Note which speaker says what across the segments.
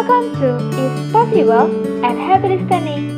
Speaker 1: Welcome to Is Possible and happy listening.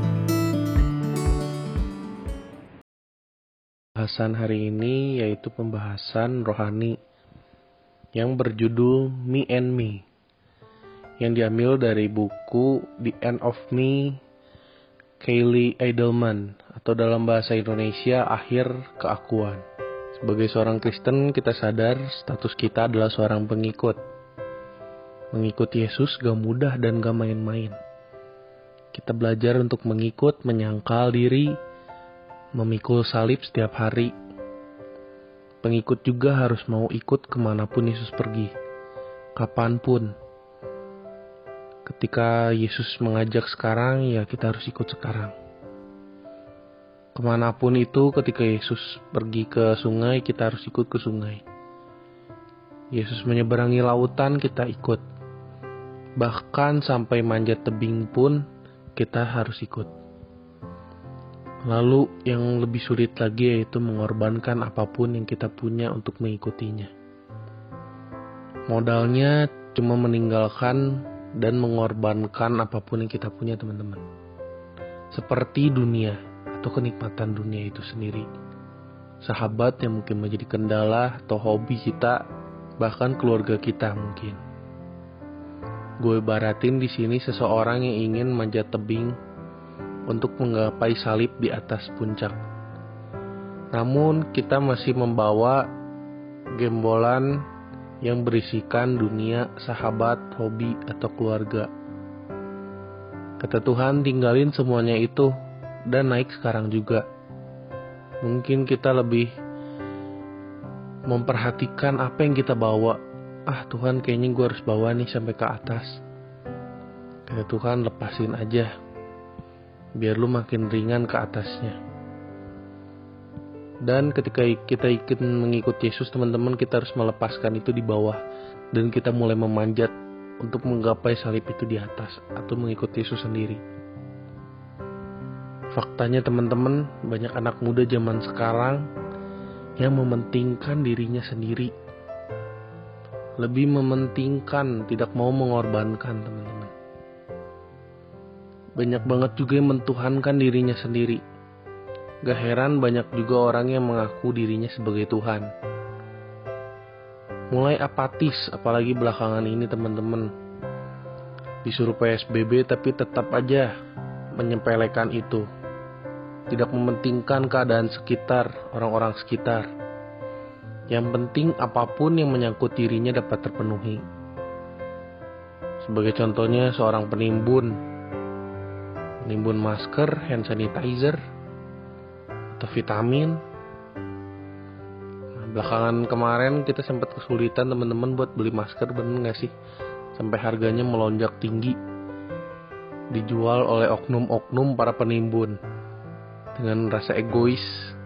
Speaker 2: Pembahasan hari ini yaitu pembahasan rohani yang berjudul Me and Me, yang diambil dari buku The End of Me, Kaylee Edelman, atau dalam bahasa Indonesia Akhir Keakuan. Sebagai seorang Kristen, kita sadar status kita adalah seorang pengikut. Mengikut Yesus gak mudah dan gak main-main. Kita belajar untuk mengikut, menyangkal diri, memikul salib setiap hari. Pengikut juga harus mau ikut kemanapun Yesus pergi, kapanpun. Ketika Yesus mengajak sekarang, ya kita harus ikut sekarang. Kemanapun itu, ketika Yesus pergi ke sungai, kita harus ikut ke sungai. Yesus menyeberangi lautan, kita ikut. Bahkan sampai manjat tebing pun, kita harus ikut. Lalu yang lebih sulit lagi yaitu mengorbankan apapun yang kita punya untuk mengikutinya. Modalnya cuma meninggalkan dan mengorbankan apapun yang kita punya, teman-teman. Seperti dunia atau kenikmatan dunia itu sendiri. Sahabat yang mungkin menjadi kendala atau hobi kita, bahkan keluarga kita mungkin. Gue ibaratin di sini seseorang yang ingin manjat tebing untuk menggapai salib di atas puncak. Namun kita masih membawa gembolan yang berisikan dunia, sahabat, hobi, atau keluarga. Kata Tuhan, tinggalin semuanya itu dan naik sekarang juga. Mungkin kita lebih memperhatikan apa yang kita bawa. Tuhan, kayaknya gue harus bawa nih sampai ke atas. Kata Tuhan, lepasin aja, biar lu makin ringan ke atasnya. Dan ketika kita ingin mengikut Yesus, teman-teman, kita harus melepaskan itu di bawah. Dan kita mulai memanjat untuk menggapai salib itu di atas, atau mengikut Yesus sendiri. Faktanya, teman-teman, banyak anak muda zaman sekarang yang mementingkan dirinya sendiri. Lebih mementingkan, tidak mau mengorbankan, teman-teman. Banyak banget juga yang mentuhankan dirinya sendiri. Gak heran banyak juga orang yang mengaku dirinya sebagai Tuhan. Mulai apatis, apalagi belakangan ini, teman-teman. Disuruh PSBB tapi tetap aja menyepelekan itu. Tidak mementingkan keadaan sekitar, orang-orang sekitar. Yang penting apapun yang menyangkut dirinya dapat terpenuhi. Sebagai contohnya seorang penimbun masker, hand sanitizer, atau vitamin. Belakangan kemarin kita sempat kesulitan, teman-teman, buat beli masker, bener gak sih? Sampai harganya melonjak tinggi, dijual oleh oknum-oknum para penimbun dengan rasa egois.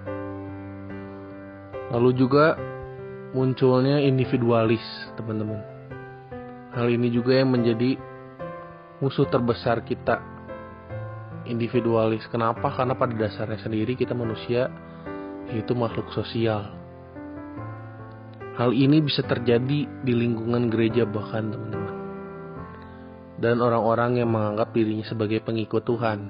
Speaker 2: Lalu juga munculnya individualis, teman-teman. Hal ini juga yang menjadi musuh terbesar kita, individualis. Kenapa? Karena pada dasarnya sendiri kita manusia, yaitu makhluk sosial. Hal ini bisa terjadi di lingkungan gereja bahkan, teman-teman. Dan orang-orang yang menganggap dirinya sebagai pengikut Tuhan.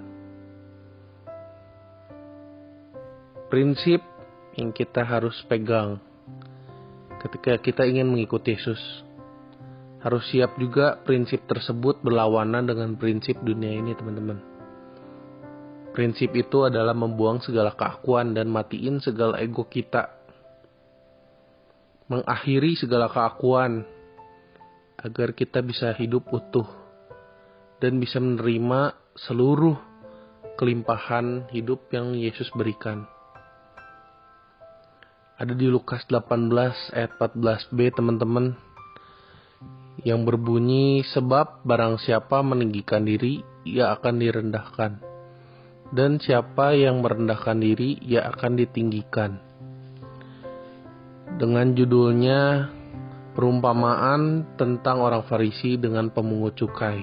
Speaker 2: Prinsip yang kita harus pegang ketika kita ingin mengikuti Yesus, harus siap juga prinsip tersebut berlawanan dengan prinsip dunia ini, teman-teman. Prinsip itu adalah membuang segala keakuan dan matiin segala ego kita. Mengakhiri segala keakuan agar kita bisa hidup utuh dan bisa menerima seluruh kelimpahan hidup yang Yesus berikan. Ada di Lukas 18 ayat 14b, teman-teman, yang berbunyi, sebab barang siapa meninggikan diri, ia akan direndahkan. Dan siapa yang merendahkan diri, ia akan ditinggikan. Dengan judulnya, perumpamaan tentang orang Farisi dengan pemungut cukai.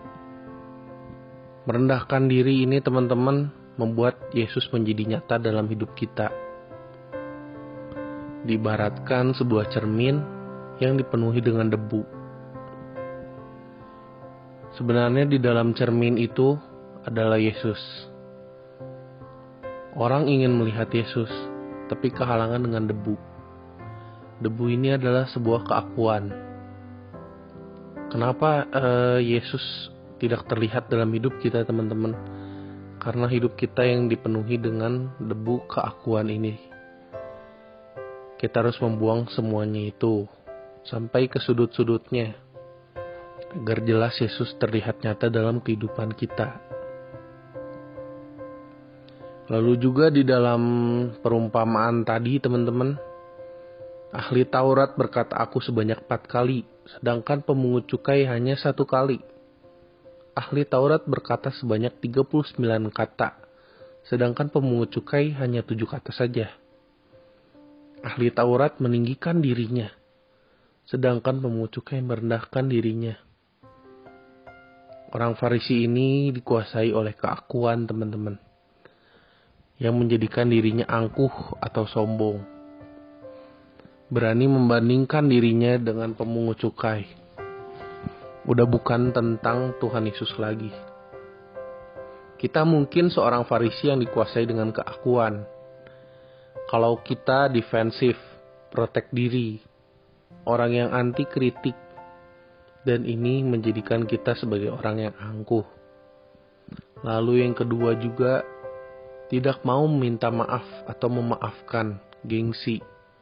Speaker 2: Merendahkan diri ini, teman-teman, membuat Yesus menjadi nyata dalam hidup kita. Diibaratkan sebuah cermin yang dipenuhi dengan debu. Sebenarnya di dalam cermin itu adalah Yesus. Orang ingin melihat Yesus, tapi kehalangan dengan debu. Debu ini adalah sebuah keakuan. Kenapa Yesus tidak terlihat dalam hidup kita, teman-teman? Karena hidup kita yang dipenuhi dengan debu keakuan ini. Kita harus membuang semuanya itu sampai ke sudut-sudutnya, agar jelas Yesus terlihat nyata dalam kehidupan kita. Lalu juga di dalam perumpamaan tadi, teman-teman, ahli Taurat berkata aku sebanyak 4 kali, sedangkan pemungut cukai hanya 1 kali. Ahli Taurat berkata sebanyak 39 kata, sedangkan pemungut cukai hanya 7 kata saja. Ahli Taurat meninggikan dirinya, sedangkan pemungut cukai merendahkan dirinya. Orang Farisi ini dikuasai oleh keakuan, teman-teman, yang menjadikan dirinya angkuh atau sombong. Berani membandingkan dirinya dengan pemungut cukai. Udah bukan tentang Tuhan Yesus lagi. Kita mungkin seorang Farisi yang dikuasai dengan keakuan. Kalau kita defensif, protek diri, orang yang anti kritik, dan ini menjadikan kita sebagai orang yang angkuh. Lalu yang kedua juga, tidak mau meminta maaf atau memaafkan, gengsi.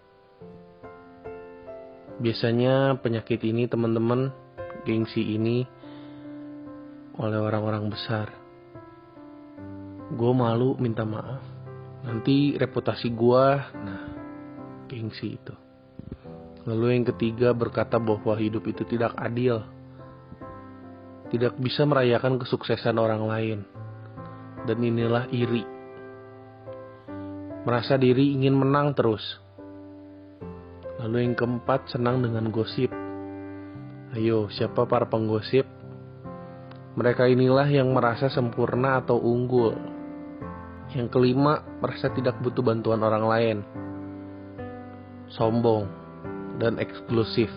Speaker 2: Biasanya penyakit ini, teman-teman, gengsi ini oleh orang-orang besar. Gue malu minta maaf, nanti reputasi gue, gengsi itu. Lalu yang ketiga berkata bahwa hidup itu tidak adil, tidak bisa merayakan kesuksesan orang lain, dan inilah iri. Merasa diri ingin menang terus. Lalu yang keempat, senang dengan gosip. Ayo, siapa para penggosip? Mereka inilah yang merasa sempurna atau unggul. Yang kelima, merasa tidak butuh bantuan orang lain. Sombong dan eksklusif.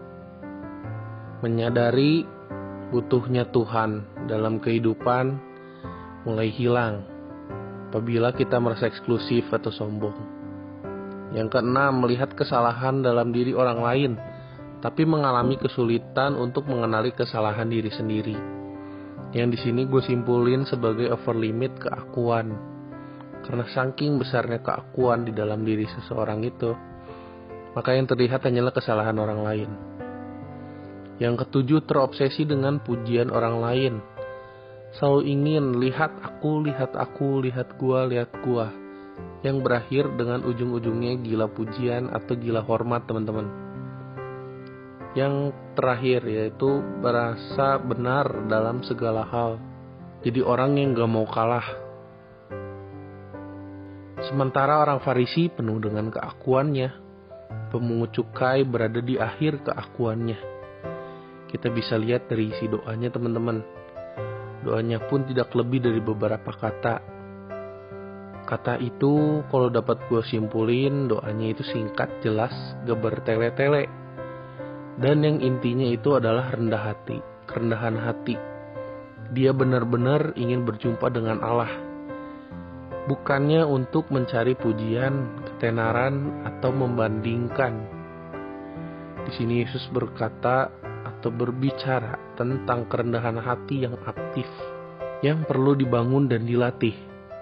Speaker 2: Menyadari butuhnya Tuhan dalam kehidupan mulai hilang apabila kita merasa eksklusif atau sombong. Yang keenam, melihat kesalahan dalam diri orang lain, tapi mengalami kesulitan untuk mengenali kesalahan diri sendiri. Yang di sini gue simpulin sebagai over limit keakuan. Karena saking besarnya keakuan di dalam diri seseorang itu, maka yang terlihat hanyalah kesalahan orang lain. Yang ketujuh, terobsesi dengan pujian orang lain. Selalu ingin lihat aku, lihat gua, yang berakhir dengan ujung-ujungnya gila pujian atau gila hormat, teman-teman. Yang terakhir yaitu merasa benar dalam segala hal. Jadi orang yang gak mau kalah. Sementara orang Farisi penuh dengan keakuannya, pemungut cukai berada di akhir keakuannya. Kita bisa lihat dari isi doanya, teman-teman. Doanya pun tidak lebih dari beberapa kata. Kata itu kalau dapat gue simpulin, doanya itu singkat, jelas, gak bertele-tele. Dan yang intinya itu adalah rendah hati, kerendahan hati. Dia benar-benar ingin berjumpa dengan Allah. Bukannya untuk mencari pujian, ketenaran, atau membandingkan. Di sini Yesus berkata atau berbicara tentang kerendahan hati yang aktif, yang perlu dibangun dan dilatih.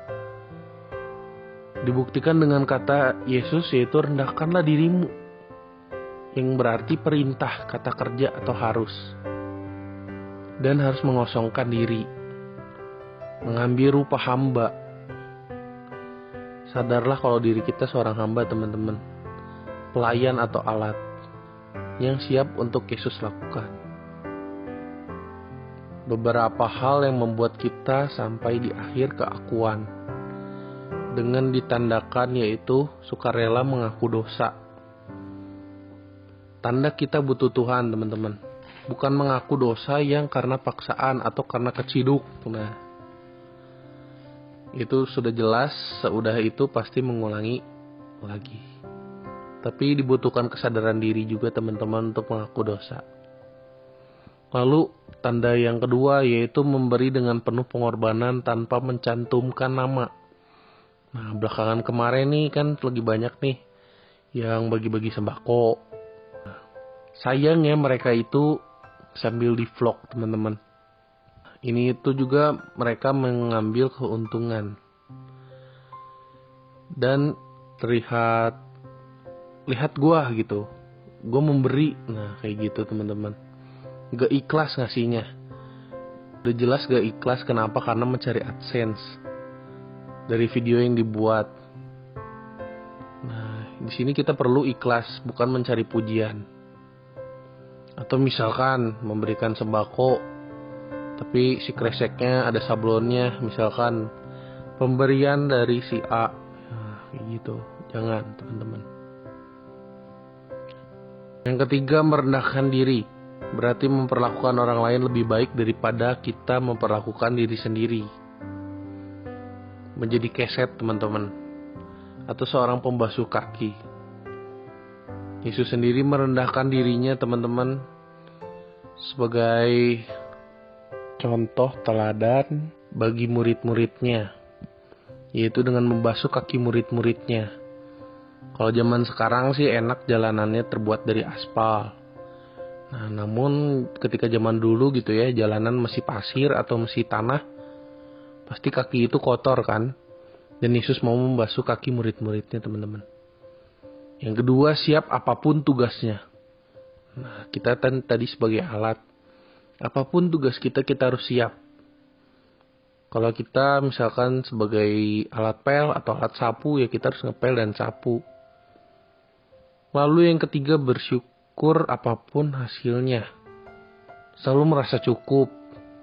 Speaker 2: Dibuktikan dengan kata Yesus, yaitu rendahkanlah dirimu, yang berarti perintah, kata kerja atau harus. Dan harus mengosongkan diri, mengambil rupa hamba. Sadarlah kalau diri kita seorang hamba, teman-teman, pelayan atau alat yang siap untuk Yesus lakukan. Beberapa hal yang membuat kita sampai di akhir keakuan dengan ditandakan yaitu sukarela mengaku dosa. Tanda kita butuh Tuhan, teman-teman, bukan mengaku dosa yang karena paksaan atau karena keciduk. Nah, itu sudah jelas, seudah itu pasti mengulangi lagi. Tapi dibutuhkan kesadaran diri juga, teman-teman, untuk mengaku dosa. Lalu tanda yang kedua yaitu memberi dengan penuh pengorbanan tanpa mencantumkan nama. Nah, belakangan kemarin nih kan lagi banyak nih yang bagi-bagi sembako. Sayangnya mereka itu sambil di vlog, teman-teman. Ini itu juga mereka mengambil keuntungan. Dan lihat gua gitu. Gua memberi. Nah, kayak gitu, teman-teman. Gak ikhlas ngasihnya. Udah jelas gak ikhlas, kenapa? Karena mencari AdSense dari video yang dibuat. Nah, di sini kita perlu ikhlas, bukan mencari pujian. Atau misalkan memberikan sembako, tapi si kreseknya ada sablonnya, misalkan pemberian dari si A. Nah, kayak gitu. Jangan, teman-teman. Yang ketiga, merendahkan diri. Berarti memperlakukan orang lain lebih baik daripada kita memperlakukan diri sendiri. Menjadi keset, teman-teman. Atau seorang pembasuh kaki. Yesus sendiri merendahkan dirinya, teman-teman, sebagai contoh teladan bagi murid-muridnya, yaitu dengan membasuh kaki murid-muridnya. Kalau zaman sekarang sih enak jalanannya terbuat dari aspal. Nah, namun ketika zaman dulu gitu ya, jalanan masih pasir atau masih tanah, pasti kaki itu kotor kan. Dan Yesus mau membasuh kaki murid-muridnya, teman-teman. Yang kedua, siap apapun tugasnya. Nah, kita tadi sebagai alat. Apapun tugas kita harus siap. Kalau kita misalkan sebagai alat pel atau alat sapu, ya kita harus ngepel dan sapu. Lalu yang ketiga, bersyukur apapun hasilnya. Selalu merasa cukup.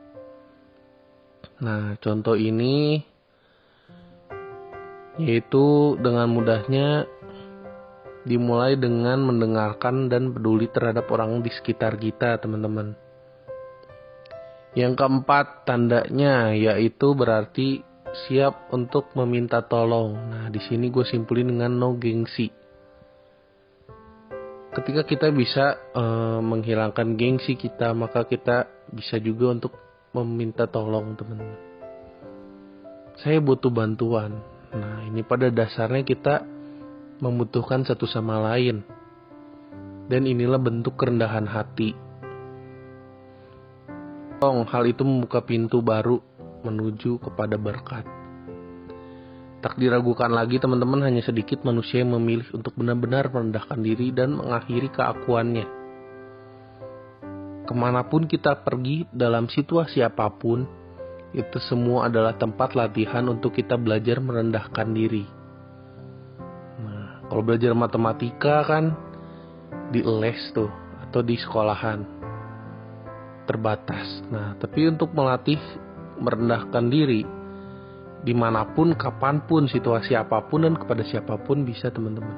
Speaker 2: Nah, contoh ini yaitu dengan mudahnya dimulai dengan mendengarkan dan peduli terhadap orang di sekitar kita, teman-teman. Yang keempat, tandanya yaitu berarti siap untuk meminta tolong. Nah, di sini gue simpulin dengan no gengsi. Ketika kita bisa menghilangkan gengsi kita, maka kita bisa juga untuk meminta tolong, teman-teman. Saya butuh bantuan. Nah, ini pada dasarnya kita membutuhkan satu sama lain. Dan inilah bentuk kerendahan hati. Hal itu membuka pintu baru menuju kepada berkat. Tak diragukan lagi, teman-teman, hanya sedikit manusia yang memilih untuk benar-benar merendahkan diri dan mengakhiri keakuannya. Kemanapun kita pergi dalam situasi apapun, itu semua adalah tempat latihan untuk kita belajar merendahkan diri. Nah, kalau belajar matematika kan di les tuh atau di sekolahan terbatas. Nah, tapi untuk melatih merendahkan diri dimanapun, kapanpun, situasi apapun dan kepada siapapun bisa, teman-teman.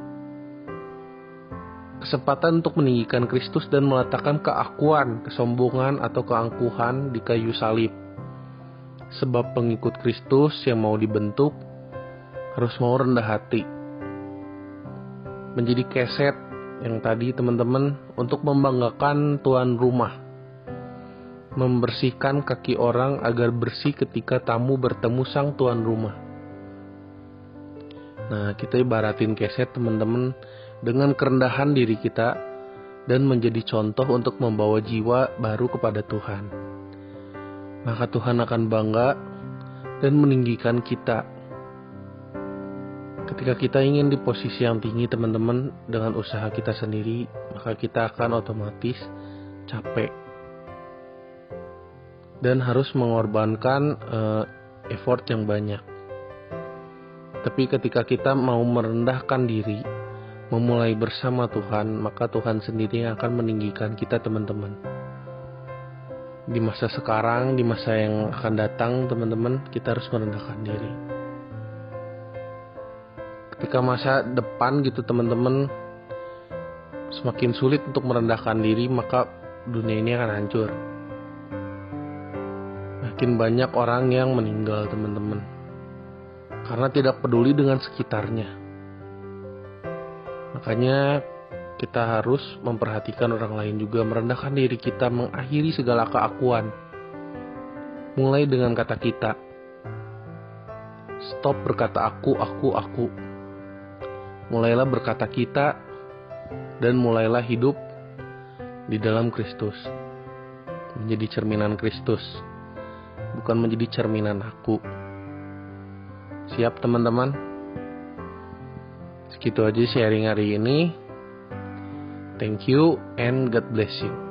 Speaker 2: Kesempatan untuk meninggikan Kristus dan meletakkan keakuan, kesombongan atau keangkuhan di kayu salib. Sebab pengikut Kristus yang mau dibentuk harus mau rendah hati. Menjadi keset yang tadi, teman-teman, untuk membanggakan tuan rumah. Membersihkan kaki orang agar bersih ketika tamu bertemu sang tuan rumah. Nah, kita ibaratin keset, teman-teman, dengan kerendahan diri kita dan menjadi contoh untuk membawa jiwa baru kepada Tuhan. Maka Tuhan akan bangga dan meninggikan kita. Ketika kita ingin di posisi yang tinggi, teman-teman, dengan usaha kita sendiri, maka kita akan otomatis capek. Dan harus mengorbankan effort yang banyak. Tapi ketika kita mau merendahkan diri, memulai bersama Tuhan, maka Tuhan sendiri yang akan meninggikan kita, teman-teman. Di masa sekarang, di masa yang akan datang, teman-teman, kita harus merendahkan diri. Ketika masa depan gitu, teman-teman, semakin sulit untuk merendahkan diri, maka dunia ini akan hancur. Makin banyak orang yang meninggal, teman-teman, karena tidak peduli dengan sekitarnya. Makanya kita harus memperhatikan orang lain juga, merendahkan diri kita, mengakhiri segala keakuan. Mulai dengan kata kita. Stop berkata aku. Mulailah berkata kita, dan mulailah hidup di dalam Kristus. Menjadi cerminan Kristus, bukan menjadi cerminan aku. Siap teman-teman? Segitu aja sharing hari ini. Thank you and God bless you.